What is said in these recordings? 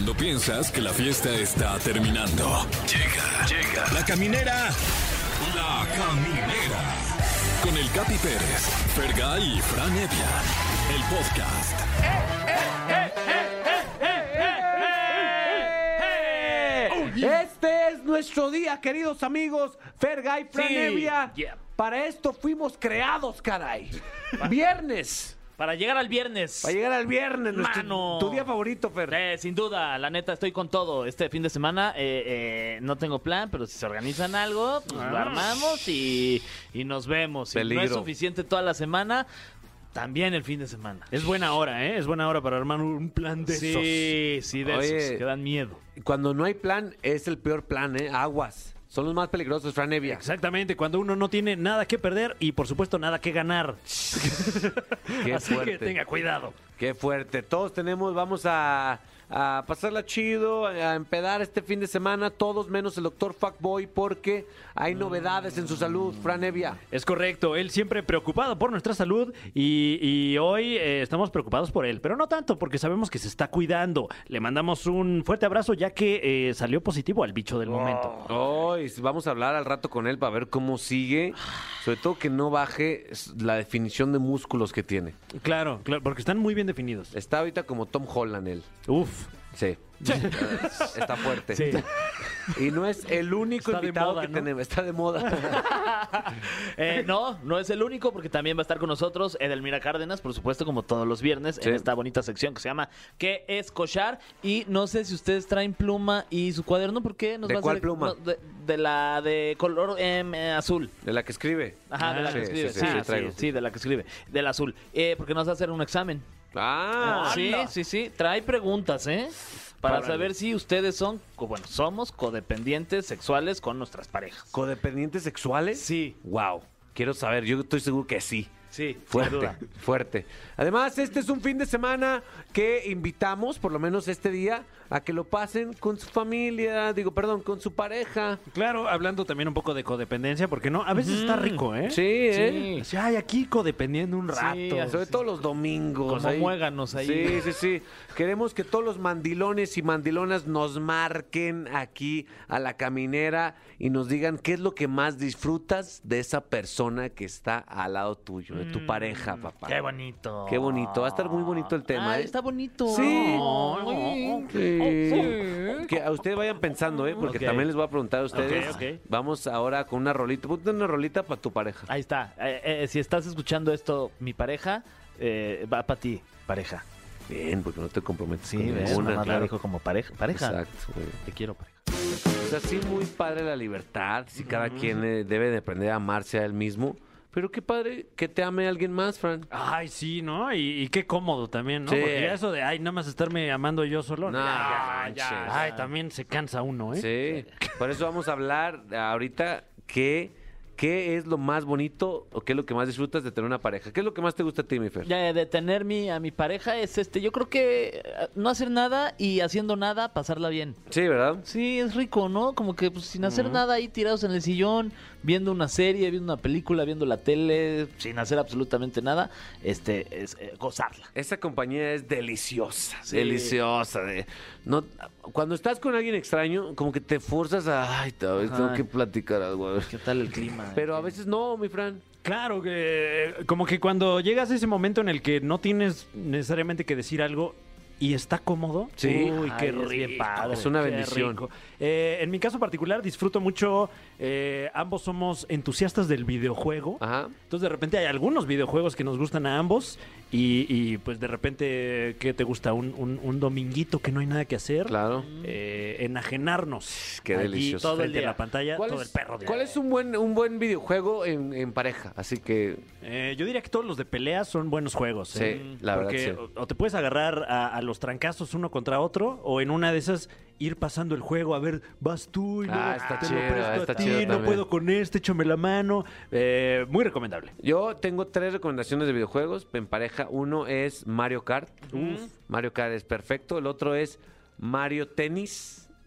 Cuando piensas que la fiesta está terminando. Llega La Caminera. La Caminera. Con el Capi Pérez, Fergay y Fran Evia. El podcast. Este es nuestro día, queridos amigos. Fergay, Fran Evia. Yeah. Para esto fuimos creados, caray. Viernes. Para llegar al viernes. Para llegar al viernes, Mano. tu día favorito, Fer. Sin duda, la neta, estoy con todo. Este fin de semana no tengo plan, pero si se organizan algo, pues lo armamos y nos vemos. Si no Peligro. es suficiente toda la semana, también el fin de semana. Es buena hora, ¿eh? Es buena hora para armar un plan de esos. Sí, de Oye. esos que dan miedo. Cuando no hay plan, es el peor plan, ¿eh? Aguas. Son los más peligrosos, Fran Evia. Exactamente, cuando uno no tiene nada que perder y por supuesto nada que ganar. Qué Así fuerte. que tenga cuidado. Qué fuerte. Todos vamos a pasarla chido, a empedar este fin de semana, todos menos el doctor Fuckboy, porque hay novedades en su salud, Fran Evia. Es correcto, él siempre preocupado por nuestra salud y hoy estamos preocupados por él, pero no tanto porque sabemos que se está cuidando. Le mandamos un fuerte abrazo ya que salió positivo al bicho del momento. Hoy vamos a hablar al rato con él para ver cómo sigue, sobre todo que no baje la definición de músculos que tiene. Claro, porque están muy bien definidos. Está ahorita como Tom Holland él. Uf. Sí. Está fuerte. Sí. Y no es el único Está de invitado moda, que ¿no? tenemos. Está de moda. No es el único porque también va a estar con nosotros Edelmira Cárdenas, por supuesto, como todos los viernes, Sí. en esta bonita sección que se llama ¿Qué es cochar? Y no sé si ustedes traen pluma y su cuaderno, porque nos ¿De va a cuál hacer- pluma? no, de la de color azul. De la que escribe. Ajá, de la sí, que escribe. sí, sí, traigo. Sí, de la que escribe. Del azul. Porque nos va a hacer un examen. Ah, Sí. Trae preguntas, ¿eh? Para Órale. saber si ustedes somos codependientes sexuales con nuestras parejas. ¿codependientes sexuales? Sí. Wow. Quiero saber, yo estoy seguro que sí. Sí, sin Fuerte, duda. fuerte. Además, este es un fin de semana que invitamos, por lo menos este día, a que lo pasen con su familia, con su pareja. Claro, hablando también un poco de codependencia, porque no, a veces está rico, ¿eh? Sí, ¿eh? Así, ay, aquí codependiendo un Sí, rato. así. Sobre todo los domingos. Como muéganos ahí. Sí. Queremos que todos los mandilones y mandilonas nos marquen aquí a la caminera y nos digan qué es lo que más disfrutas de esa persona que está al lado tuyo, de tu pareja, papá. Qué bonito. Qué bonito. Va a estar muy bonito el tema, Ay, ¿eh? está bonito. Sí. Ay. Sí. Que a ustedes vayan pensando, ¿eh? Porque Ok. también les voy a preguntar a ustedes. Ok. Vamos ahora con una rolita. Ponte una rolita para tu pareja. Ahí está. Si estás escuchando esto, mi pareja, va para ti, pareja. Bien, porque no te comprometes Sí, con ves, ninguna, nada más claro. la dijo como pareja. Exacto, güey. Te quiero, pareja. O sea, sí, muy padre la libertad. Sí, cada quien debe de aprender a amarse a él mismo. Pero qué padre que te ame alguien más, Fran. Ay, sí, ¿no? Y qué cómodo también, ¿no? Sí. Porque ya eso de, ay, nada más estarme amando yo solo. No, manches. Ay, también se cansa uno, ¿eh? Sí. Por eso vamos a hablar ahorita qué es lo más bonito o qué es lo que más disfrutas de tener una pareja. ¿Qué es lo que más te gusta a ti, mi Fer? Ya, de tener a mi pareja es yo creo que no hacer nada y haciendo nada, pasarla bien. Sí, ¿verdad? Sí, es rico, ¿no? Como que pues, sin hacer nada ahí tirados en el sillón, viendo una serie, viendo una película, viendo la tele, sin hacer absolutamente nada, es gozarla. Esa compañía es deliciosa, Sí. deliciosa. No, cuando estás con alguien extraño, como que te forzas a, ay, tal vez tengo Ajá. que platicar algo. A ver. ¿Qué tal el clima? Pero a veces no, mi Fran. Claro, que como que cuando llegas a ese momento en el que no tienes necesariamente que decir algo y está cómodo. Sí. Uy, qué Ay, es bien rico. padre. Es una qué bendición. rico. En mi caso particular disfruto mucho, ambos somos entusiastas del videojuego. Ajá. Entonces de repente hay algunos videojuegos que nos gustan a ambos y pues de repente, ¿qué te gusta? Un dominguito que no hay nada que hacer. Claro. Enajenarnos. Qué allí delicioso. Todo el Frente día. a La pantalla, todo el perro día. ¿Cuál es un buen videojuego en pareja? Así que, Yo diría que todos los de peleas son buenos juegos. Sí, la verdad, Porque sí. o te puedes agarrar a los trancazos uno contra otro, o en una de esas ir pasando el juego, a ver, vas tú y luego está te chido, lo presto está a ti, chido no también. puedo con este, échame la mano. Muy recomendable. yo tengo 3 recomendaciones de videojuegos en pareja. Uno es Mario Kart. Mario Kart es perfecto. El otro es Mario Tennis.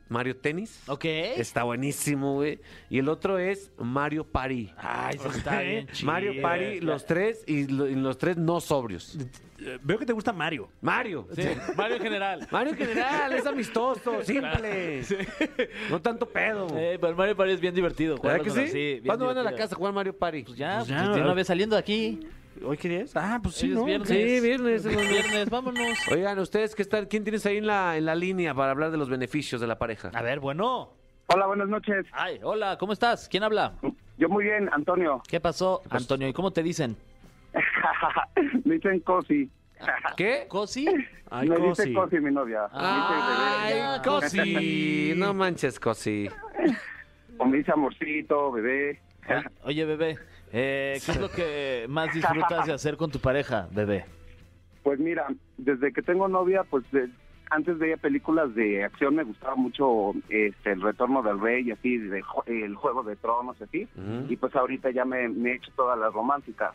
Mario Tenis. Ok. Está buenísimo, güey. Y el otro es Mario Party. Ay, eso está bien chido. Mario Party, los tres y los tres no sobrios. Veo que te gusta Mario. Mario. Sí, Mario en general. Mario en general, es amistoso, simple. No tanto pedo. Pero el Mario Party es bien divertido. ¿Verdad que jugarlo sí? con- bien ¿Cuándo van a la divertido. casa a jugar Mario Party? Pues ya, Pues ya, pues de una vez saliendo de aquí. ¿Hoy qué día es? Ah, pues sí, Hoy es ¿no? viernes. Sí, viernes. Hoy es viernes, vámonos. Oigan, ustedes que están, ¿quién tienes ahí en la línea para hablar de los beneficios de la pareja? A ver, bueno. Hola, buenas noches. Ay, hola, ¿cómo estás? ¿Quién habla? Yo muy bien, Antonio. ¿Qué pasó, Antonio? ¿Y cómo te dicen? Me dicen Cosi. ¿Qué? ¿Cosi? Ay, Me Cosi. dice Cosi, mi novia. Ay, ya. Cosi. No manches, Cosi. O me dice amorcito, bebé. Oye, bebé, ¿qué es lo que más disfrutas de hacer con tu pareja, bebé? Pues mira, desde que tengo novia, pues antes veía películas de acción, me gustaba mucho El Retorno del Rey, y así, El Juego de Tronos, y así. Ujú. Y pues ahorita ya me he hecho todas las románticas.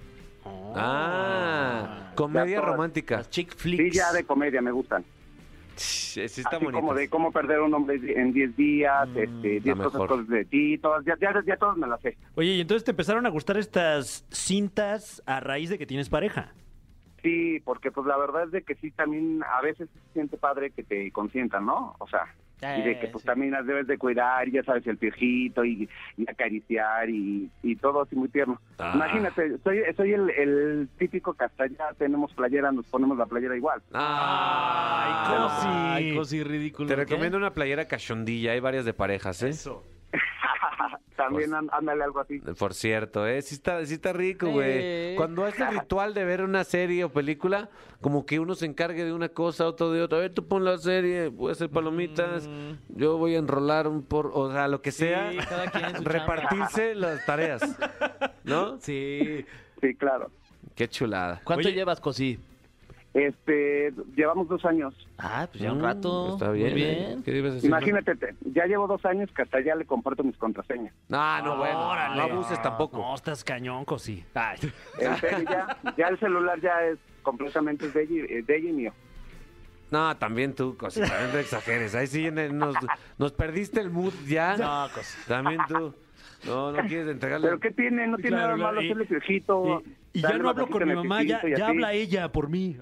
Comedia Ya todas. romántica. Las chick Sí, flicks. ya de comedia me gustan. Sí, está Así bonito. como de cómo perder a un hombre en 10 días, 10 la cosas, mejor. cosas de ti, todas, ya todas me las sé. Oye, y entonces te empezaron a gustar estas cintas a raíz de que tienes pareja. Sí, porque pues la verdad es de que sí, también a veces se siente padre que te consientan, ¿no? O sea, y de que pues Sí. también las debes de cuidar, y ya sabes, el piojito y acariciar y todo así muy tierno. Ah. Imagínate, soy el típico que hasta ya tenemos playera, nos ponemos la playera igual. Ay, Cosi. Ay, Cosi ridículo. Te ¿qué? recomiendo una playera cachondilla, hay varias de parejas, ¿eh? Eso. También Pues- ándale algo así. Por cierto, sí está rico, güey. Cuando haces el ritual de ver una serie o película, como que uno se encargue de una cosa, otro de otra. A ver, tú pon la serie, voy a hacer palomitas, yo voy a enrolar o sea, lo que sea. Sí, cada quien su chamba. Repartirse las tareas, ¿no? Sí. Sí, claro. Qué chulada. ¿Cuánto Oye. llevas, Cosi? Llevamos 2 años. Ah, pues ya un rato. Está bien. Muy bien. ¿Qué ibas a decir? Imagínate, ya llevo 2 años que hasta ya le comparto mis contraseñas. Ah, no, bueno, Órale. no abuses tampoco. No, estás cañón, Cosi. En serio, ya el celular ya es completamente de ella y mío. No, también tú, Cosi, también te exageres. Ahí sí nos perdiste el mood ya. No, Cosi. También tú. No quieres entregarle. ¿Pero qué tiene? No tiene Claro, nada malo y- hacerle piojito. Y ya darle no hablo con mi masajito en el mamá, ya, piojito y ya así. habla ella por mí.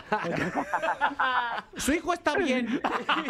Su hijo está bien.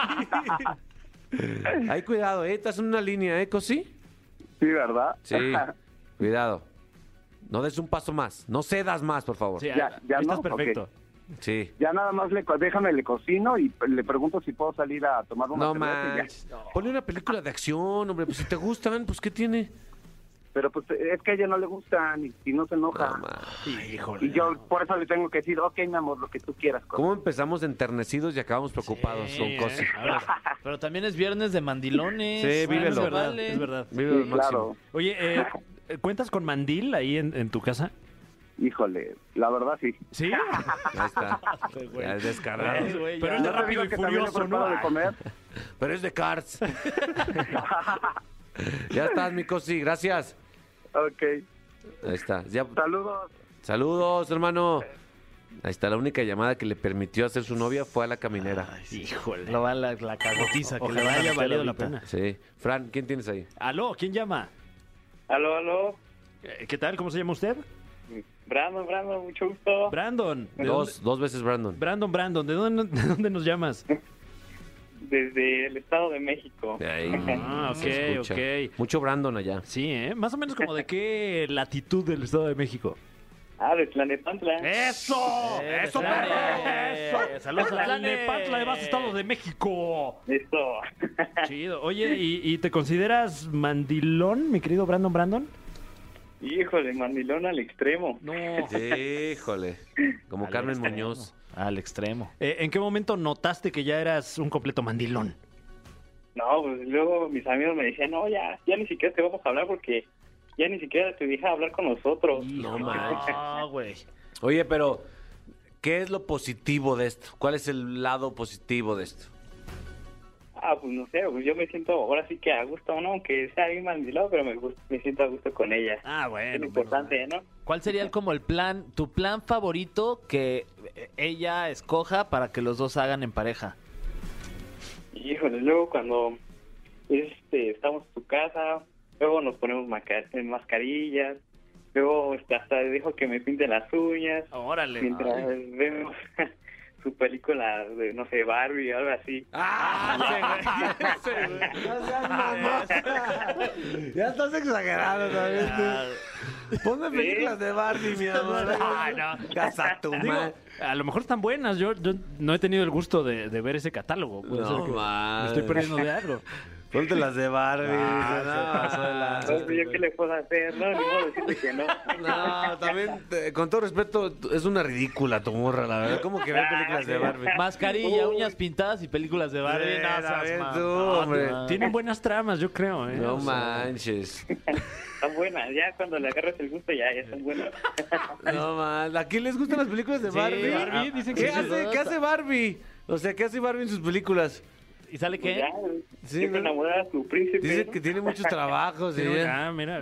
Ay, cuidado, estás en una línea, Cosi? Sí, ¿verdad? Sí, cuidado. No des un paso más. No cedas más, por favor. Sí, Ya estás no, perfecto. ok. Sí. Ya nada más déjame le cocino y le pregunto si puedo salir a tomar una No cerveza y ya. manches. Ponle una película de acción, hombre. Pues si te gustan, pues ¿qué tiene? Pero pues es que a ella no le gustan y no se enoja. No manches. Híjole. Y yo por eso le tengo que decir, ok, mi amor, lo que tú quieras. ¿Cómo empezamos enternecidos y acabamos preocupados Sí, con Cosi? Ahora, pero también es viernes de mandilones. Sí, Bueno, vívelo. se Es verdad, vale. es verdad. Vive Sí, al máximo. claro. Oye, ¿cuentas con mandil ahí en tu casa? Híjole, la verdad sí. Sí. Ahí está. Ya es descarado. Güey, Pero ya. es de Ya te Rápido digo y que también le Furioso, preparo ¿no? de comer. Pero es de Cars. Ya estás, mi Cosi. Gracias. Ok, Ahí está. Ya. saludos. Saludos, hermano. Ahí está. La única llamada que le permitió hacer su novia fue a la caminera. Híjole. Lo va la cagotiza que le Ojalá van a haya meter valido la ahorita. pena. Sí. Fran, ¿quién tienes ahí? Aló, ¿quién llama? Aló. ¿Qué tal? ¿Cómo se llama usted? Brandon, mucho gusto. Brandon. ¿De Dos veces Brandon. Brandon. ¿De dónde nos llamas? Desde el Estado de México. De ahí. Ah, Se ok, escucha. ok. Mucho Brandon allá. Sí, ¿eh? Más o menos como de qué latitud del Estado de México. De Tlanepantla. ¡Eso! ¡Eso, Tlane! perro! ¡Eso! ¡Saludos a Tlane! Tlalnepantla de más Estado de México! Eso. Chido. Oye, ¿y te consideras mandilón, mi querido Brandon? Híjole, mandilón al extremo. No. Híjole. Como Al Carmen extremo. Muñoz. Al extremo. ¿En qué momento notaste que ya eras un completo mandilón? No, pues luego mis amigos me decían, no, ya ni siquiera te vamos a hablar porque ya ni siquiera te deja hablar con nosotros. No manches. No, güey. Oye, pero ¿qué es lo positivo de esto? ¿Cuál es el lado positivo de esto? Pues no sé, pues yo me siento ahora sí que a gusto, ¿no? Aunque sea bien mandilón, pero me siento a gusto con ella. Ah, Es bueno. importante, ¿no? ¿Cuál sería como tu plan favorito que ella escoja para que los dos hagan en pareja? Y híjole, luego cuando estamos en tu casa, luego nos ponemos mascarillas, luego hasta dijo que me pinte las uñas, Órale. mientras vemos su película de, no sé, Barbie o algo así. Ya estás exagerando también tú. Ponme películas de Barbie, mi amor. Ay, no. Casa tu Digo, madre. a lo mejor están buenas. Yo no he tenido el gusto de ver ese catálogo. Puede No, ser que man. me estoy perdiendo de algo. Ponte las de Barbie. No sé yo qué le puedo hacer, no, ni modo decirle que no. No, también, con todo respeto, es una ridícula tu morra, la verdad. ¿Cómo que ve películas de Barbie? Mascarilla, uñas pintadas y películas de Barbie. Sí, No, a seas ver, mamón. tú, hombre. Tienen buenas tramas, yo creo. No O sea, manches. Están buenas, ya cuando le agarras el gusto ya están buenas. No man. ¿A quién les gustan las películas de Barbie? Barbie, dicen que ¿Qué sí. hace, ¿Qué hace Barbie? O sea, ¿qué hace Barbie en sus películas? ¿Y sale Pues qué? ya, Sí, siempre ¿no? enamorar a su príncipe. Dice ¿no? que tiene muchos trabajos. ¿Sí? Mira.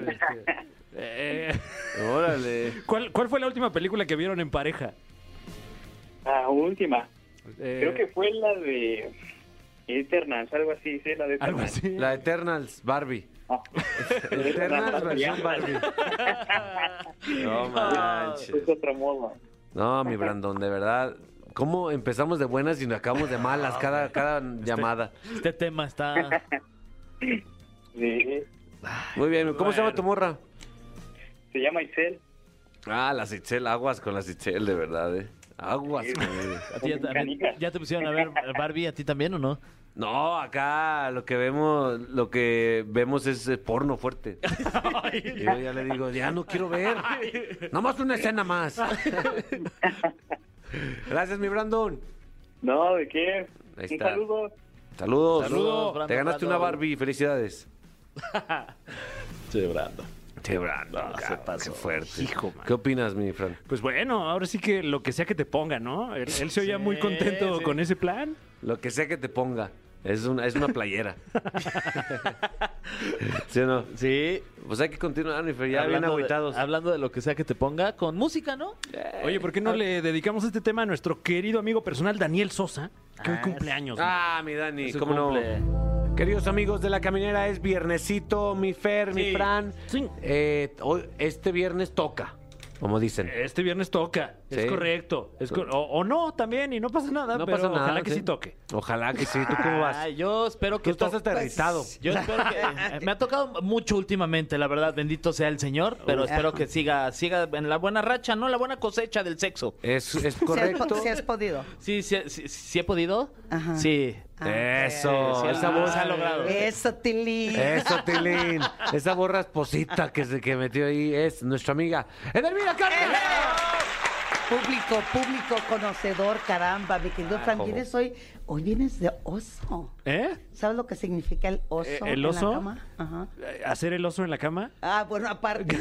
Órale. ¿Cuál fue la última película que vieron en pareja? La última, Eh, creo que fue la de Eternals, algo así, sí, la de algo Eternals. así. La Eternals, Barbie. Ah. Eternals versión Ya. Barbie. No manches. Es otro modo. No, mi Brandon, de verdad. ¿Cómo empezamos de buenas y nos acabamos de malas cada llamada? Este tema está... Sí. Muy bien. ¿Cómo se llama tu morra? Se llama Isel. Ah, la Itzel. Aguas con la Itzel, de verdad, Aguas con ella. ¿A ti ya te pusieron a ver Barbie a ti también o no? No, acá lo que vemos es porno fuerte. Y yo ya le digo, ya no quiero ver. Nomás una escena más. Gracias, mi Brandon. No, ¿de qué? Ahí Un está. saludo. Saludos. Saludos, Brandon, Te ganaste Brandon. una Barbie. Felicidades. Sí, Brando. Che, Brandon. No, se cabrón, pasó. Qué fuerte. Hijo, man. ¿Qué opinas, mi Fran? Pues bueno, ahora sí que lo que sea que te ponga, ¿no? Él se oía muy contento sí. con ese plan. Lo que sea que te ponga. Es una playera. ¿Sí o no? Sí. Pues hay que continuar, mi Fran. Ya bien agüitados. Hablando de lo que sea que te ponga, con música, ¿no? Oye, ¿por qué no le dedicamos este tema a nuestro querido amigo personal Daniel Sosa? Que hoy cumpleaños. Ah, mi Dani, Es su ¿cómo cumple. no? Queridos amigos de La Caminera, es viernesito, mi Fer, mi Sí. Fran. Sí. Este viernes toca, como dicen. Este viernes toca, es Sí. correcto. O no, también, y no pasa nada, No pero pasa nada, ojalá que sí. sí toque. Ojalá que sí. ¿Tú cómo vas? Ay, yo espero Tú que estás to- hasta irritado. Yo espero que me ha tocado mucho últimamente, la verdad, bendito sea el Señor, pero espero que siga en la buena racha, no la buena cosecha del sexo. Es correcto. Si has podido. Sí he podido. Ajá. Sí. Eso, Sí, esa voz. se ha logrado. Eso, Tilín. Eso, Tilín. Esa voz rasposita que metió ahí es nuestra amiga Edelmira Cárdenas. Público conocedor, caramba, mi querido Fran, ¿cómo? hoy vienes de oso. ¿Eh? ¿Sabes lo que significa el oso? ¿El en oso? la cama? Ajá. ¿Hacer el oso en la cama? Ah, bueno, aparte.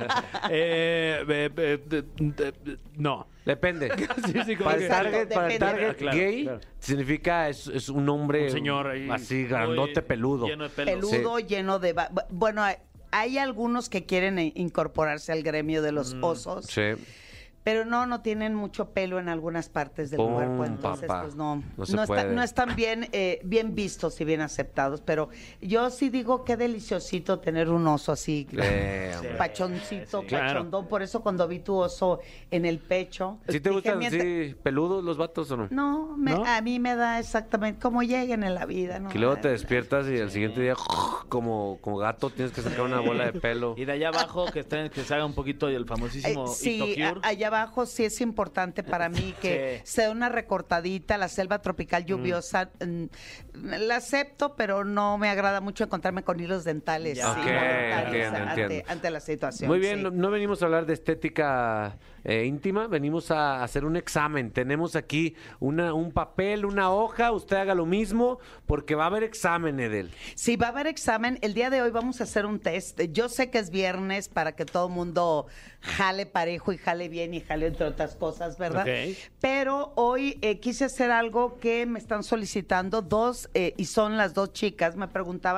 No. Depende. Sí, como Para que- el target, para el Depende. target Claro, gay claro. significa es un hombre Un señor ahí. así grandote, Muy peludo. Lleno de pelos. Peludo, lleno de... Bueno, hay algunos que quieren incorporarse al gremio de los osos, Sí. pero no tienen mucho pelo en algunas partes del Pum, cuerpo, entonces papá. pues no No se puede. no están bien vistos y bien aceptados, pero yo sí digo qué deliciosito tener un oso así, Hombre. pachoncito, Claro. cachondón, por eso cuando vi tu oso en el pecho, ¿Sí te dije, gustan mientras- así peludos los vatos o no? No, ¿No? a mí me da exactamente como lleguen en la vida, ¿no? Que luego te despiertas y al siguiente día como gato tienes que sacar una bola de pelo. Y de allá abajo que se haga un poquito el famosísimo Sí, Itocure. allá abajo sí es importante para mí que Sí. sea una recortadita, la selva tropical lluviosa. La acepto, pero no me agrada mucho encontrarme con hilos dentales. Ya. sí, Ok, mortales entiendo. ante la situación. Muy bien, sí. no venimos a hablar de estética íntima, venimos a hacer un examen. Tenemos aquí un papel, una hoja, usted haga lo mismo porque va a haber examen, Edel. Sí, va a haber examen. El día de hoy vamos a hacer un test. Yo sé que es viernes para que todo el mundo jale parejo y jale bien y jale entre otras cosas, ¿verdad? Ok. Pero hoy quise hacer algo que me están solicitando y son las dos chicas. Me preguntaban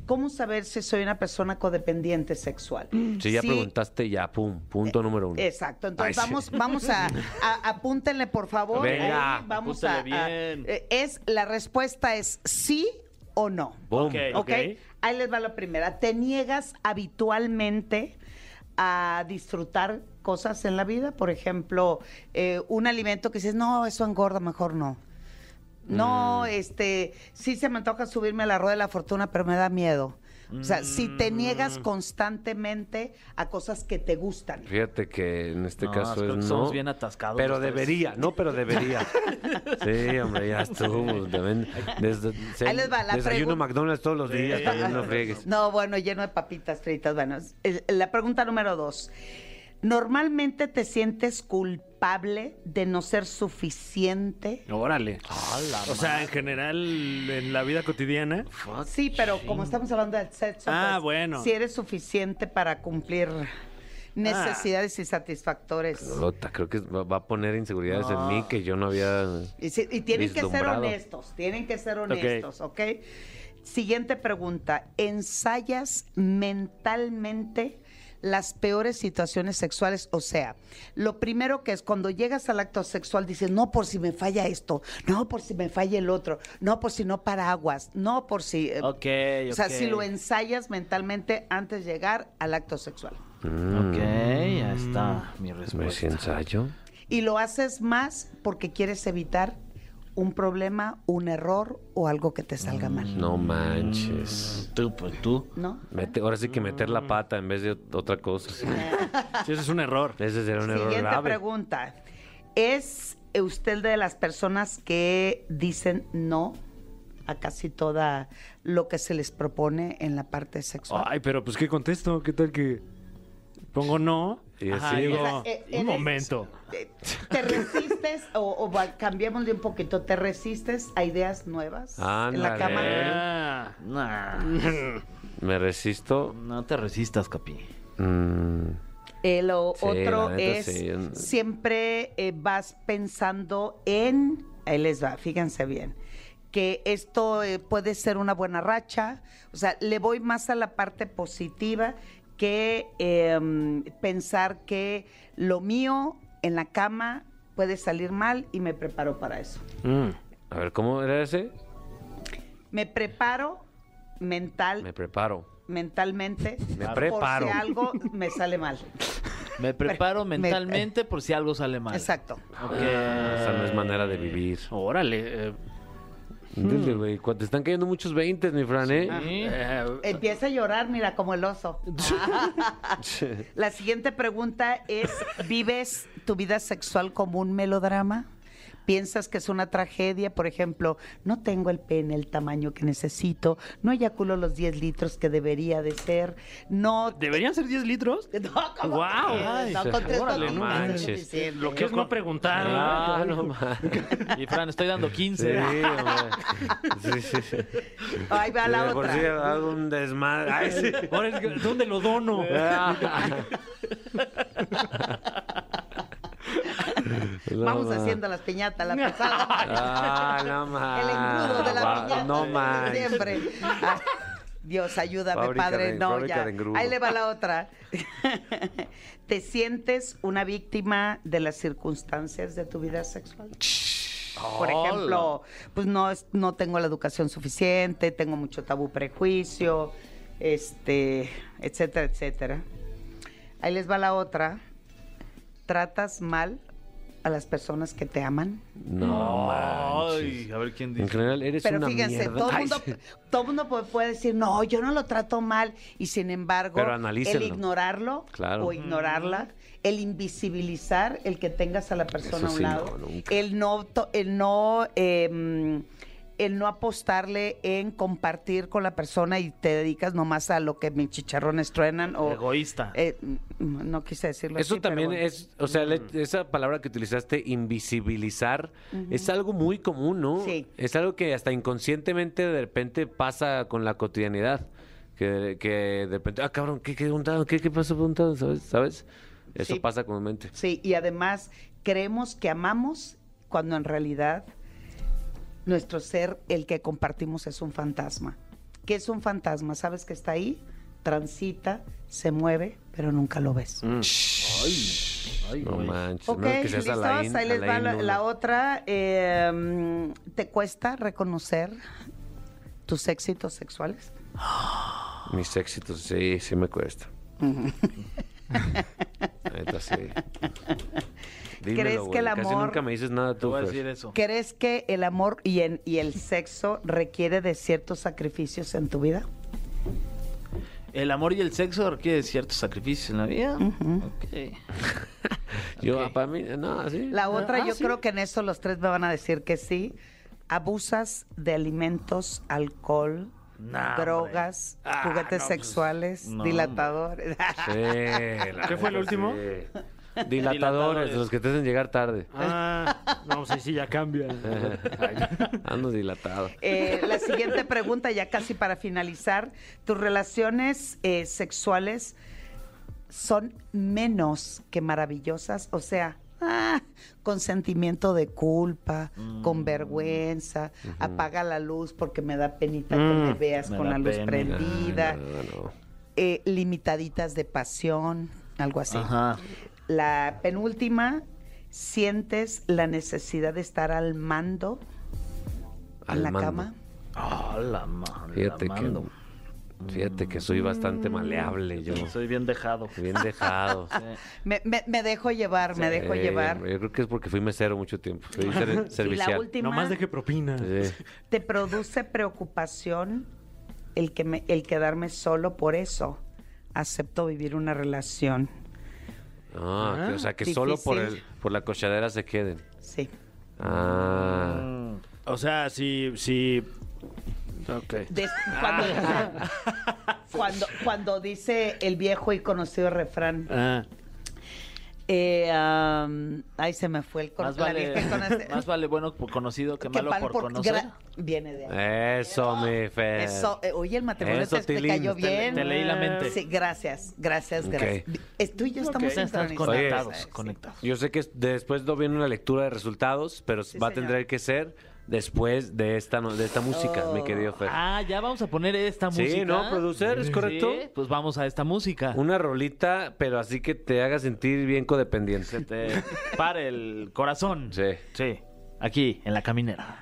¿Cómo saber si soy una persona codependiente sexual? Si ya preguntaste, ya, pum, punto número 1. Exacto. Entonces Ay, sí. vamos a apúntenle, por favor. Venga, vamos apúntele bien. la respuesta es sí o no. Boom. Ok. ¿Ok? Ahí les va la primera. ¿Te niegas habitualmente a disfrutar cosas en la vida? Por ejemplo, un alimento que dices, no, eso engorda, mejor no. No, sí se me antoja subirme a la rueda de la fortuna, pero me da miedo. O sea, si te niegas constantemente a cosas que te gustan. Fíjate que en este caso creo es que no. somos bien atascados. Pero los tres. debería, no, pero debería. Sí, hombre, ya estuvo. Ahí les va la Desayuno pregunta. McDonald's todos los días, también no friegues. No, bueno, lleno de papitas fritas. Bueno, la pregunta número 2. ¿Normalmente te sientes culpable de no ser suficiente? Órale. O sea, en general, en la vida cotidiana. Sí, pero como estamos hablando del sexo, Ah, bueno. si eres suficiente para cumplir necesidades y satisfactores. Lota, creo que va a poner inseguridades en mí que yo no había. Y tienen que ser vislumbrado. honestos, ¿ok? Siguiente pregunta. ¿Ensayas mentalmente las peores situaciones sexuales? O sea, lo primero que es cuando llegas al acto sexual dices, no por si me falla esto, no por si me falla el otro, no por si no paraguas, no por si... Ok, O sea, ok. si lo ensayas mentalmente antes de llegar al acto sexual. Ok, ya está mi ¿Me respuesta. si ensayo? Y lo haces más porque quieres evitar un problema, un error o algo que te salga mal, No manches. Tú. ¿no? Ahora sí que meter la pata en vez de otra cosa. Sí, ese es un error. Ese será un error Siguiente grave. pregunta. ¿Es usted de las personas que dicen no a casi toda lo que se les propone en la parte sexual? Ay, pero pues ¿qué contesto? ¿Qué tal que pongo no? Y Ajá, así, digo, O sea, eres- un momento. ¿Te resistes cambiémosle un poquito, te resistes a ideas nuevas en la Ándale. cama? Ah, Nah, Me resisto. no te resistas, Capi. Lo Sí, otro la neta, es, sí. siempre vas pensando en, ahí les va, fíjense bien, que esto puede ser una buena racha, o sea, le voy más a la parte positiva que pensar que lo mío en la cama puede salir mal y me preparo para eso. A ver, ¿cómo era ese? Me preparo Me preparo. mentalmente Me preparo. por si algo me sale mal. Me preparo Me- mentalmente por si algo sale mal. Exacto. Ok. Esa no es manera de vivir. Órale. Dile, güey, te están cayendo muchos 20, mi Fran, ¿eh? Sí. Empieza a llorar, mira, como el oso. La siguiente pregunta es, ¿vives tu vida sexual como un melodrama? ¿Piensas que es una tragedia? Por ejemplo, no tengo el pene el tamaño que necesito, no eyaculo los 10 litros que debería de ser, no... ¿Deberían ser 10 litros? No, ¿cómo Guau. crees? Ay, No, con tres órale, gotitas no es manches. suficiente. Lo que es no preguntar. Ah, no manches. Y Fran, estoy dando 15. Sí, hombre. Sí. Ahí va la De por sí otra. hago un desmadre. Ay, sí. Ahora es que, ¿dónde lo dono? Vamos haciendo las piñatas, la pesada. Ah, no El manches. engrudo de la piñata. No manches. Siempre. Ah, Dios, ayúdame, Fábrica padre. de- No, fábrica ya. de engrudo. Ahí le va la otra. ¿Te sientes una víctima de las circunstancias de tu vida sexual? Por ejemplo, pues no tengo la educación suficiente, tengo mucho tabú, prejuicio, etcétera, etcétera. Ahí les va la otra. ¿Tratas mal a las personas que te aman? No manches. Ay, a ver quién En dice. general, eres Pero una fíjense, mierda. todo Ay, el mundo puede decir, no, yo no lo trato mal, y sin embargo, Pero el analícenlo. ignorarlo Claro. o ignorarla, el invisibilizar el que tengas a la persona Eso a un sí, lado, no, nunca. el no apostarle en compartir con la persona y te dedicas nomás a lo que mis chicharrones truenan o Egoísta. no quise decirlo Eso así, pero también bueno. es, o sea, esa palabra que utilizaste, invisibilizar, es algo muy común, ¿no? Sí. Es algo que hasta inconscientemente de repente pasa con la cotidianidad. Que de repente, cabrón, ¿qué pasó preguntado? ¿Sabes? Eso Sí. pasa comúnmente. Sí, y además creemos que amamos cuando en realidad nuestro ser, el que compartimos, es un fantasma. ¿Qué es un fantasma? ¿Sabes que está ahí? Transita, se mueve, pero nunca lo ves. No güey. manches. Ok, no es que seas listos, Alain, ahí les va Alain, la no. otra. ¿Te cuesta reconocer tus éxitos sexuales? Mis éxitos, sí me cuesta. Neta, sí. Dímelo, ¿Crees güey, que el casi amor- nunca me dices nada Te tú, voy a Fer. decir eso. ¿Crees que el amor y el sexo requiere de ciertos sacrificios en tu vida? El amor y el sexo requieren ciertos sacrificios en la vida. Ok. Yo, Ok. para mí, no, sí. La otra, yo sí. creo que en eso los tres me van a decir que sí. Abusas de alimentos, alcohol, Nah, drogas, juguetes no, pues, sexuales, no, dilatadores. Sí, ¿Qué fue el último? sí. Dilatadores, de los que te hacen llegar tarde. No, sí, ya cambia. Ando dilatado. La siguiente pregunta, ya casi para finalizar. ¿Tus relaciones sexuales son menos que maravillosas? O sea, con sentimiento de culpa, con vergüenza, apaga la luz porque me da penita que me veas me con da la luz pena. prendida, No. limitaditas de pasión, algo así. Ajá. La penúltima, ¿sientes la necesidad de estar al mando Al en la mando. cama? Ah, la madre. Fíjate que soy bastante maleable yo. Soy bien dejado. Bien dejado. Me dejo llevar, me dejo llevar. Yo creo que es porque fui mesero mucho tiempo. Fui Y la servicial. última, Nomás deje propina. Sí. ¿te produce preocupación el quedarme solo? Por eso acepto vivir una relación. Ah, o sea, que solo Difícil. por la cochadera se queden. Sí. Ah. O sea, si... Ok. Cuando dice el viejo y conocido refrán, ay, se me fue el Más la vale, vieja conoce- más vale bueno por conocido que que malo mal por por- conocer. viene de ahí. Eso, mi Fer. Eso, oye, el matrimonio Eso, te Tilín. cayó bien. Te leí la mente. Sí, gracias. Ok. Tú y yo estamos Estás sincronizados. conectados, Sí. conectados. Yo sé que después no viene una lectura de resultados, pero Sí, va a señor. tener que ser después de esta música, mi querido Fer. Ah, ya vamos a poner esta música. Sí, ¿no, producer? ¿Es correcto? Sí, pues vamos a esta música. Una rolita, pero así que te haga sentir bien codependiente. Que te pare el corazón. Sí. Sí, aquí, en La Caminera.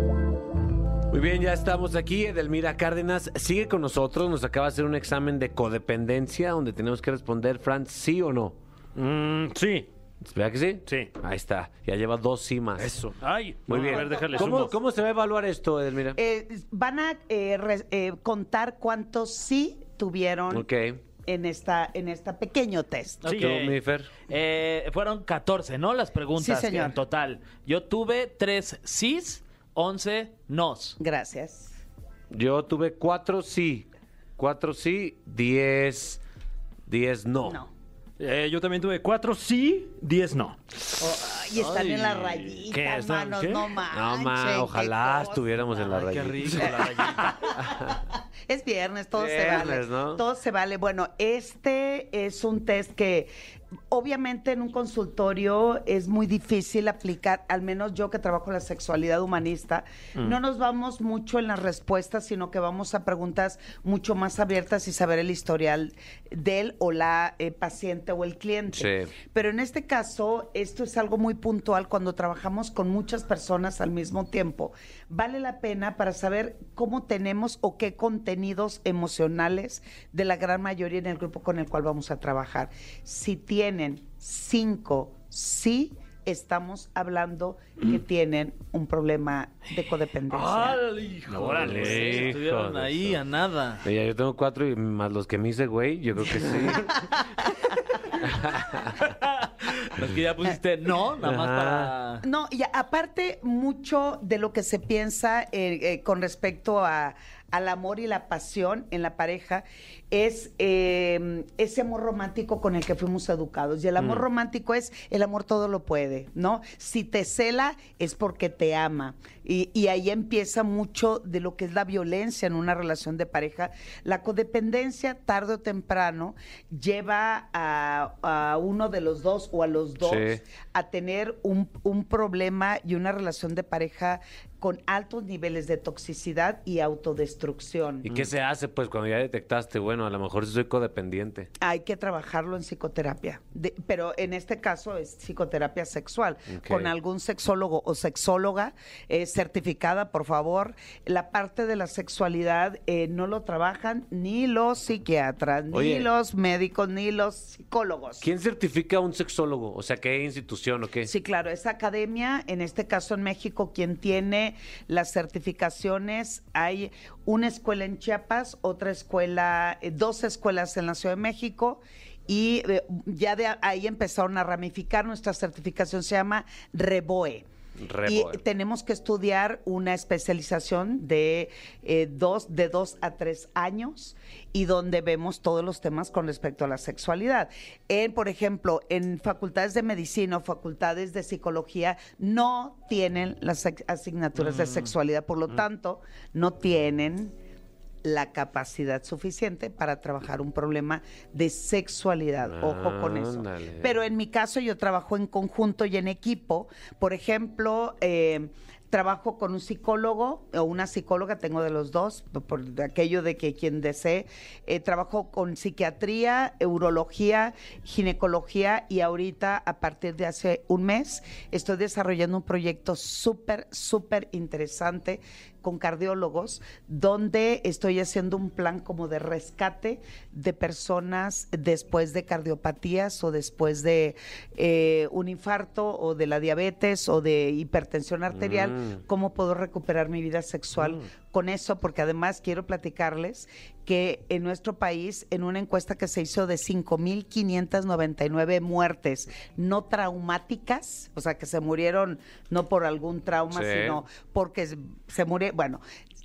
Muy bien, ya estamos aquí. Edelmira Cárdenas sigue con nosotros. Nos acaba de hacer un examen de codependencia donde tenemos que responder, Fran, sí o no. Sí. ¿Verdad que sí? Sí. Ahí está. Ya lleva 2 sí más. Eso. Ay, Muy no, bien. A ver, déjale ¿Cómo, sumo. ¿Cómo se va a evaluar esto, Edelmira? Van a contar cuántos sí tuvieron Ok. en esta pequeño test. Sí, ¿Tú, mi Fer? Fueron 14, ¿no? Las preguntas Sí, señor. en total. Yo tuve 3 sís, 11 nos. Gracias. Yo tuve 4 sí. 4 sí, 10 no. No. Yo también tuve 4 sí, 10 no. Y están Ay, en la ¿qué? rayita, ¿Están manos, qué? no No, manchen. ojalá qué cosa. estuviéramos en la Ay, qué rayita. rico la rayita. Es viernes, todo se Viernes, vale. ¿no? Todo se vale. Bueno, este es un test que obviamente en un consultorio es muy difícil aplicar, al menos yo que trabajo en la sexualidad humanista, no nos vamos mucho en las respuestas, sino que vamos a preguntas mucho más abiertas y saber el historial del o la paciente o el cliente. Sí. Pero en este caso, esto es algo muy puntual cuando trabajamos con muchas personas al mismo tiempo. Vale la pena para saber cómo tenemos o qué contenidos emocionales de la gran mayoría en el grupo con el cual vamos a trabajar. Si tienen 5 sí, estamos hablando que tienen un problema de codependencia. ¡Ay, hijo! Órale. Estuvieron Hijo de ahí eso. a nada. Mira, yo tengo 4 y más los que me hice, güey. Yo creo que sí. Los que ya pusiste no, nada más Ajá. para... No, y aparte mucho de lo que se piensa con respecto al amor y la pasión en la pareja es ese amor romántico con el que fuimos educados. Y el amor romántico es el amor todo lo puede, ¿no? Si te cela es porque te ama. Y ahí empieza mucho de lo que es la violencia en una relación de pareja. La codependencia, tarde o temprano, lleva a uno de los dos o a los dos Sí. a tener un problema y una relación de pareja con altos niveles de toxicidad y autodestrucción. ¿Y qué se hace, pues, cuando ya detectaste, bueno, a lo mejor soy codependiente? Hay que trabajarlo en psicoterapia, pero en este caso es psicoterapia sexual, Ok. con algún sexólogo o sexóloga certificada, por favor. La parte de la sexualidad no lo trabajan ni los psiquiatras, Oye. ni los médicos, ni los psicólogos. ¿Quién certifica a un sexólogo? O sea, ¿qué institución o qué? Sí, claro, esa academia, en este caso en México, quien tiene las certificaciones, hay una escuela en Chiapas, otra escuela, 2 escuelas en la Ciudad de México, y ya de ahí empezaron a ramificar. Nuestra certificación se llama REBOE. Y tenemos que estudiar una especialización de 2 a 3 años, y donde vemos todos los temas con respecto a la sexualidad. Por ejemplo, en facultades de medicina o facultades de psicología no tienen las asignaturas de sexualidad, por lo tanto, no tienen la capacidad suficiente para trabajar un problema de sexualidad. Ojo con eso. Ándale. Pero en mi caso yo trabajo en conjunto y en equipo. Por ejemplo, trabajo con un psicólogo o una psicóloga, tengo de los dos, por aquello de que quien desee. Trabajo con psiquiatría, urología, ginecología, y ahorita, a partir de hace un mes, estoy desarrollando un proyecto súper interesante con cardiólogos, donde estoy haciendo un plan como de rescate de personas después de cardiopatías o después de un infarto o de la diabetes o de hipertensión arterial. ¿Cómo puedo recuperar mi vida sexual con eso? Porque además quiero platicarles que en nuestro país, en una encuesta que se hizo de 5,599 muertes no traumáticas, o sea, que se murieron no por algún trauma, Sí. sino porque se murieron, bueno,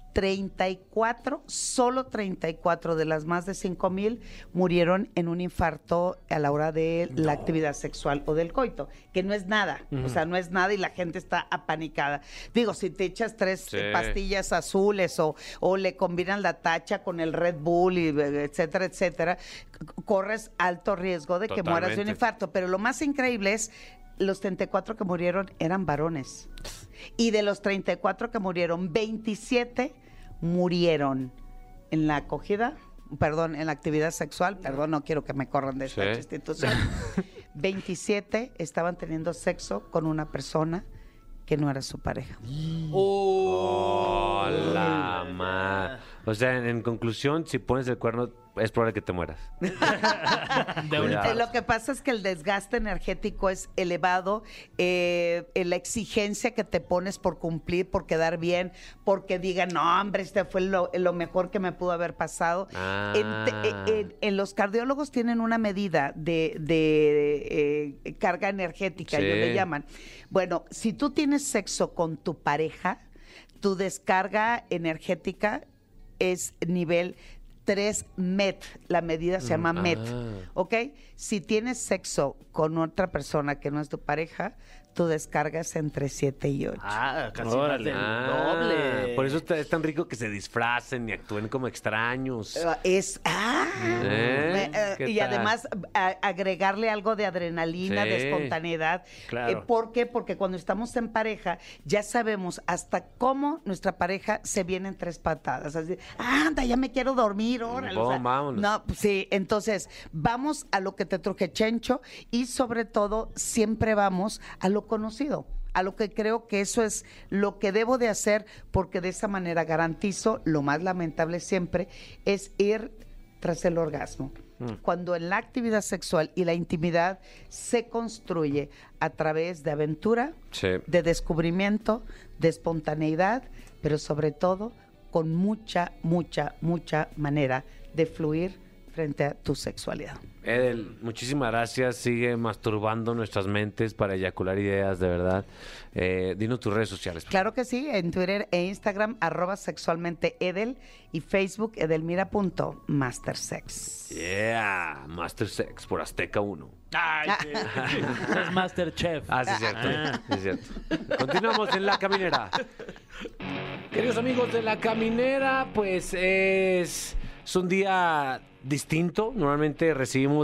solo 34 de las más de 5,000 murieron en un infarto a la hora de la actividad sexual o del coito, que no es nada, o sea, no es nada, y la gente está apanicada. Digo, si te echas 3 Sí. pastillas azules o le combinan la tacha con el Red Bull, y etcétera, etcétera, corres alto riesgo de que mueras de un Totalmente. infarto. Pero lo más increíble es, los 34 que murieron eran varones. Y de los 34 que murieron, 27 murieron en la acogida, perdón, en la actividad sexual, perdón, no quiero que me corran de esta Sí. institución. 27 estaban teniendo sexo con una persona que no era su pareja. Hola, ma. O sea, en conclusión, si pones el cuerno, es probable que te mueras. Cuidado. Lo que pasa es que el desgaste energético es elevado, la exigencia que te pones por cumplir, por quedar bien, porque digan, no, hombre, este fue lo mejor que me pudo haber pasado. Ah. En los cardiólogos tienen una medida de carga energética, Sí. ellos le llaman. Bueno, si tú tienes sexo con tu pareja, tu descarga energética es nivel 3 MET, la medida se llama MET, ¿ok? Si tienes sexo con otra persona que no es tu pareja, tu descarga es entre 7 y 8. Ah, casi más Órale. del doble. Por eso es tan rico que se disfracen y actúen como extraños. ¿Qué Y tal? además agregarle algo de adrenalina, Sí. de espontaneidad. Claro. ¿Por qué? Porque cuando estamos en pareja ya sabemos hasta cómo nuestra pareja se viene en 3 patadas. Así, anda, ya me quiero dormir, órale. Vámonos. No, pues sí, entonces vamos a lo que te truje Chencho, y sobre todo siempre vamos a lo conocido, a lo que creo que eso es lo que debo de hacer, porque de esa manera garantizo, lo más lamentable siempre es ir tras el orgasmo. Cuando en la actividad sexual y la intimidad se construye a través de aventura, Sí. de descubrimiento, de espontaneidad, pero sobre todo con mucha manera de fluir frente a tu sexualidad. Edel, muchísimas gracias. Sigue masturbando nuestras mentes para eyacular ideas, de verdad. Dinos tus redes sociales. Claro que sí, en Twitter e Instagram, @sexualmenteedel, y Facebook, edelmira.mastersex. Yeah, Master Sex por Azteca 1. Ay, es Masterchef. Ah, sí, es cierto. Sí, es cierto. Continuamos en La Caminera. Queridos amigos de La Caminera, pues es un día distinto. Normalmente recibimos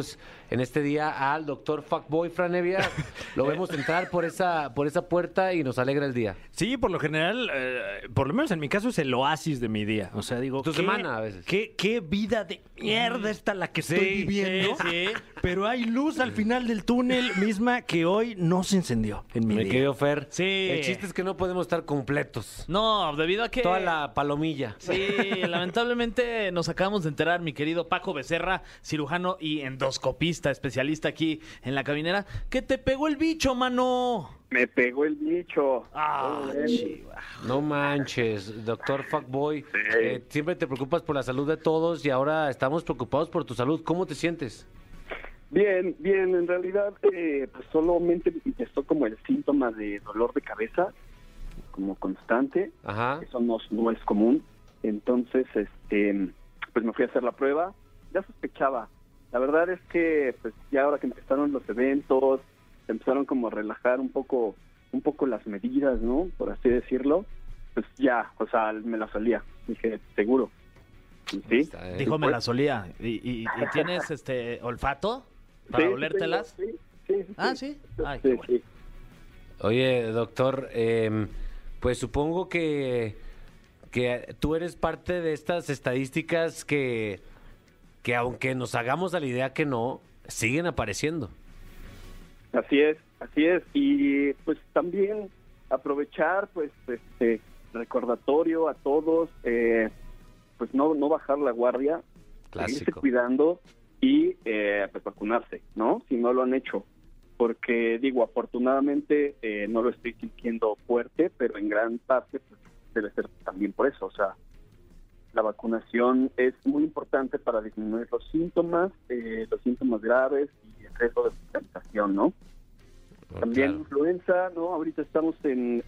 en este día al doctor Fuckboy Franevia. Lo vemos entrar por esa puerta y nos alegra el día. Sí, por lo general, por lo menos en mi caso es el oasis de mi día. O sea, digo, Tu semana a veces. ¿Qué vida de mierda está la que estoy viviendo? sí. Pero hay luz al final del túnel misma que hoy no se encendió en mi Me día. querido Fer. Sí. El chiste es que no podemos estar completos. No, debido a que... Toda la palomilla. Sí, lamentablemente nos acabamos de enterar, mi querido Paco Becerra, cirujano y endoscopista, especialista aquí en La Caminera, que te pegó el bicho, mano. Me pegó el bicho. Ah, chiva. No manches, doctor Fuckboy. Siempre te preocupas por la salud de todos y ahora estamos preocupados por tu salud. ¿Cómo te sientes? Bien, en realidad pues solamente empezó como el síntoma de dolor de cabeza, como constante. Ajá. Eso no es común. Entonces, pues me fui a hacer la prueba. Ya sospechaba. La verdad es que pues ya ahora que empezaron los eventos, se empezaron como a relajar un poco las medidas, ¿no? Por así decirlo. Pues ya, o sea, me la salía. Dije, seguro. ¿Sí? Está, Dijo, me la solía. ¿Y tienes olfato para Sí, olértelas? Sí. Ah, ¿sí? Ay, Sí, qué bueno. sí. Oye, doctor, pues supongo que tú eres parte de estas estadísticas que aunque nos hagamos a la idea que no, siguen apareciendo. Así es. Y pues también aprovechar, pues, recordatorio a todos, pues no bajar la guardia, seguirse Clásico. cuidando y pues vacunarse, ¿no? Si no lo han hecho. Porque, digo, afortunadamente no lo estoy sintiendo fuerte, pero en gran parte pues, debe ser también por eso. O sea, la vacunación es muy importante para disminuir los síntomas graves y el riesgo de hospitalización, ¿no? Oh, También claro. influenza, ¿no? Ahorita estamos en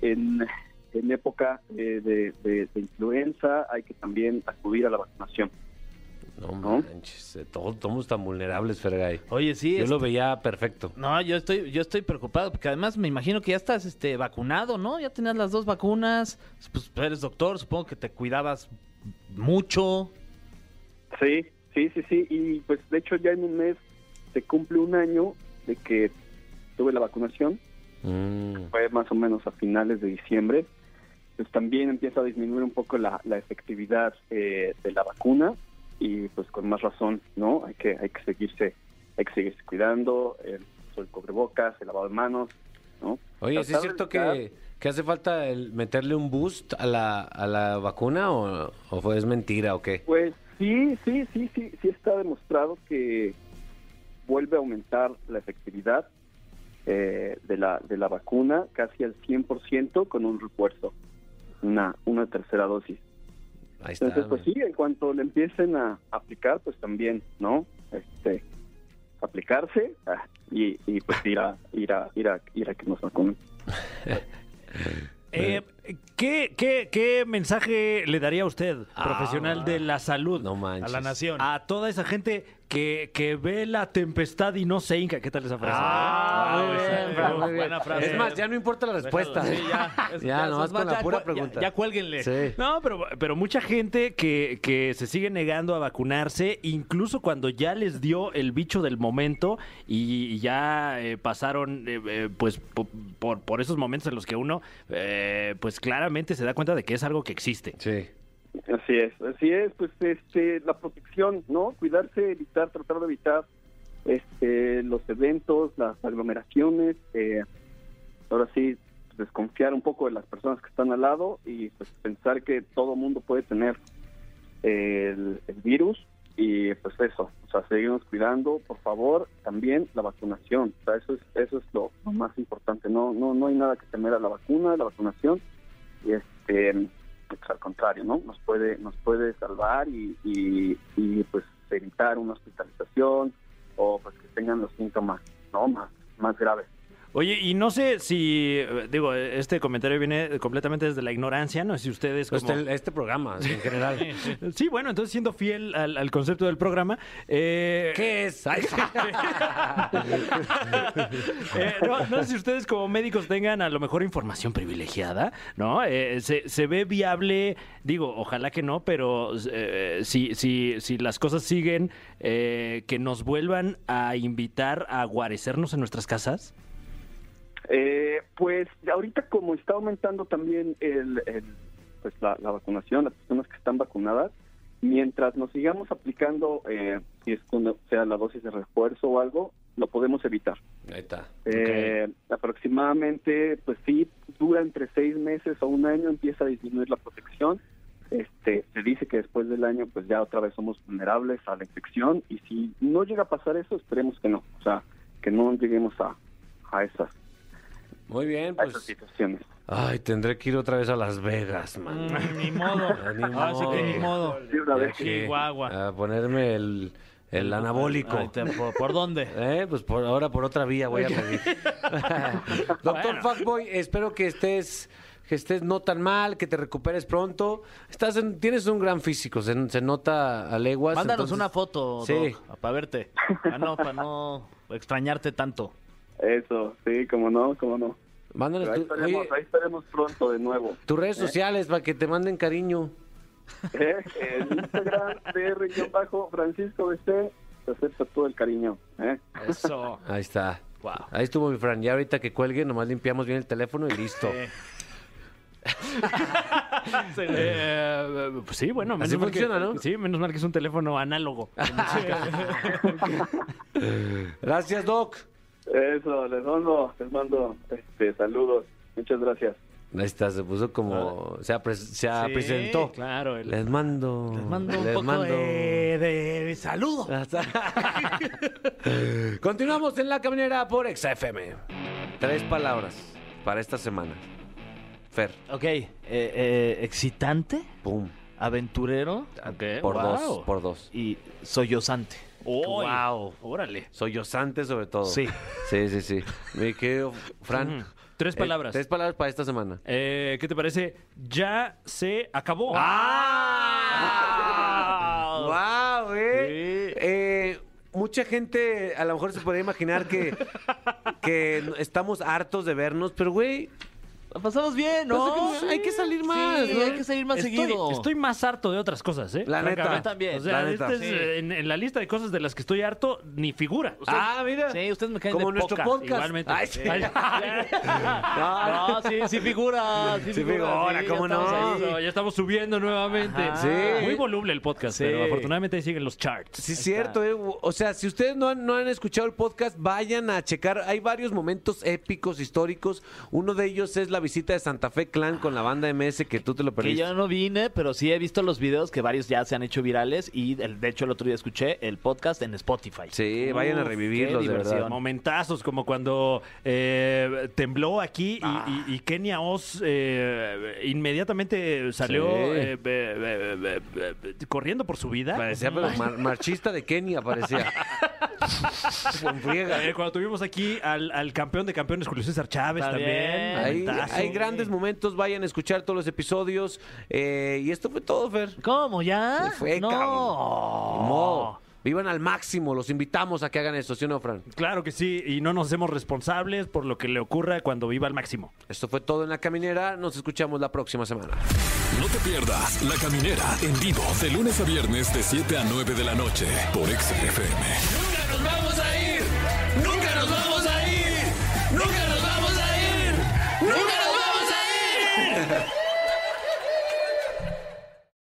época de influenza, hay que también acudir a la vacunación. No manches, todos somos tan vulnerables, Fergay. Oye, sí. Yo lo veía perfecto. No, yo estoy preocupado, porque además me imagino que ya estás vacunado, ¿no? Ya tenías las 2 vacunas, pues eres doctor, supongo que te cuidabas mucho. Sí, y pues de hecho ya en un mes se cumple un año de que tuve la vacunación, fue más o menos a finales de diciembre, pues también empieza a disminuir un poco la efectividad de la vacuna y pues con más razón, ¿no? Hay que seguirse cuidando, el cubrebocas, el lavado de manos, ¿no? Oye, ¿sí es cierto que hace falta meterle un boost a la vacuna o es mentira o qué? Pues sí está demostrado que vuelve a aumentar la efectividad de la vacuna casi al 100% con un refuerzo, una tercera dosis. Ahí está. Entonces, pues sí, en cuanto le empiecen a aplicar, pues también, ¿no? Aplicarse y pues ir a que nos vacunen. ¿Qué mensaje le daría a usted, profesional de la salud, No manches. A la nación. a toda esa gente que ve la tempestad y no se hinca? ¿Qué tal esa frase? muy bien, Fran, muy bien. buena frase. Es más, ya no importa la respuesta. Sí, Ya, nomás con la pura pregunta. Ya cuélguenle. Sí. No, pero mucha gente que se sigue negando a vacunarse, incluso cuando ya les dio el bicho del momento y ya pasaron pues por esos momentos en los que uno pues claramente se da cuenta de que es algo que existe. Sí. Así es, pues la protección, ¿no? Cuidarse, tratar de evitar los eventos, las aglomeraciones, ahora sí, desconfiar un poco de las personas que están al lado y pues pensar que todo mundo puede tener el virus y pues eso, o sea, seguirnos cuidando, por favor, también la vacunación, o sea, eso es lo más importante, no hay nada que temer a la vacuna, la vacunación, y pues al contrario, ¿no? Nos puede salvar y pues evitar una hospitalización o pues que tengan los síntomas, ¿no? Más graves. Oye, y no sé si, digo, este comentario viene completamente desde la ignorancia, no sé si ustedes como... Este programa, en general. Sí, bueno, entonces siendo fiel al concepto del programa... ¿Qué es? Ay, no sé si ustedes como médicos tengan a lo mejor información privilegiada, ¿no? Se ve viable, digo, ojalá que no, pero si las cosas siguen, que nos vuelvan a invitar a guarecernos en nuestras casas. Pues ahorita como está aumentando también pues la vacunación, las personas que están vacunadas, mientras nos sigamos aplicando, si es cuando sea la dosis de refuerzo o algo, lo podemos evitar. Ahí está. Aproximadamente, pues sí, dura entre 6 meses o 1 año, empieza a disminuir la protección. Se dice que después del año, pues ya otra vez somos vulnerables a la infección, y si no llega a pasar eso, esperemos que no, o sea, que no lleguemos a esas Muy bien, a esas pues. situaciones. Ay, tendré que ir otra vez a Las Vegas, man. Ni modo. Ni Ahora sí que ni modo. Sí, una vez. Ya que- Chihuahua. A ponerme el anabólico. Ay, ¿Por dónde? Pues ahora por otra vía voy a pedir. Doctor Fuckboy, espero que estés no tan mal, que te recuperes pronto. Tienes un gran físico, se nota a leguas. Mándanos entonces- una foto, Sí. para verte. Para no extrañarte tanto. Eso, sí, cómo no. Mándanos Pero ahí estaremos pronto de nuevo. tus redes sociales para que te manden cariño. En Instagram, DR-Francisco BC, te acepta todo el cariño. Eso. Ahí está. Wow. Ahí estuvo mi Fran. Ya ahorita que cuelgue, nomás limpiamos bien el teléfono y listo. Pues sí, bueno. Así mal funciona, que, ¿no? Sí, menos mal que es un teléfono análogo. Gracias, Doc. Eso, les mando saludos. Muchas gracias. Ahí está, se puso como... Se presentó. Claro. Les mando Un poco de saludo. Continuamos en La Caminera por XFM. 3 palabras para esta semana. Fer, Ok, excitante, pum, aventurero por dos. y sollozante. ¡Wow! Órale. Sollozante sobre todo. Sí. Sí. Mi querido Fran. 3 palabras. 3 palabras para esta semana. ¿Qué te parece? Ya se acabó. ¡Wow! Mucha gente a lo mejor se podría imaginar que estamos hartos de vernos, pero güey, La pasamos bien, ¿no? Pasa que hay que salir más, Sí, ¿no? hay que salir más seguido. Estoy más harto de otras cosas, ¿eh? La neta. Francamente. Yo también. O sea, La neta. este es, en la lista de cosas de las que estoy harto, ni figura. Mira. Sí, ustedes me caen Como de nuestro poca. podcast. Igualmente. Ay, sí. No, sí figura. Sí figura, sí, ¿cómo ya no? estamos ahí. Ya estamos subiendo nuevamente. Ajá. Sí. Muy voluble el podcast, Sí. pero afortunadamente ahí siguen los charts. Sí, es cierto. O sea, si ustedes no han escuchado el podcast, vayan a checar. Hay varios momentos épicos, históricos. Uno de ellos es la visita de Santa Fe Clan con la banda MS, que tú te lo Que perdiste. yo no vine, pero sí he visto los videos que varios ya se han hecho virales y de hecho el otro día escuché el podcast en Spotify. Sí, vayan a Uf, revivirlos, qué de verdad. diversión. Momentazos, como cuando tembló aquí y Kenia Oz inmediatamente salió Sí. corriendo por su vida. Parecía, pero marchista de Kenia, parecía. Con friega. Cuando tuvimos aquí al campeón de campeones, Julio César Chávez también. Momentazo. Hay grandes momentos, vayan a escuchar todos los episodios. Y esto fue todo, Fer. ¿Cómo? ¿Ya? Se fue, no. cabrón. Ni modo. Vivan al máximo, los invitamos a que hagan eso, ¿sí o no, Fran? Claro que sí, y no nos hacemos responsables por lo que le ocurra cuando viva al máximo. Esto fue todo en La Caminera, nos escuchamos la próxima semana. No te pierdas La Caminera en vivo de lunes a viernes de 7 a 9 de la noche por XFM. ¡Nunca nos vamos a ir! ¡Nunca nos vamos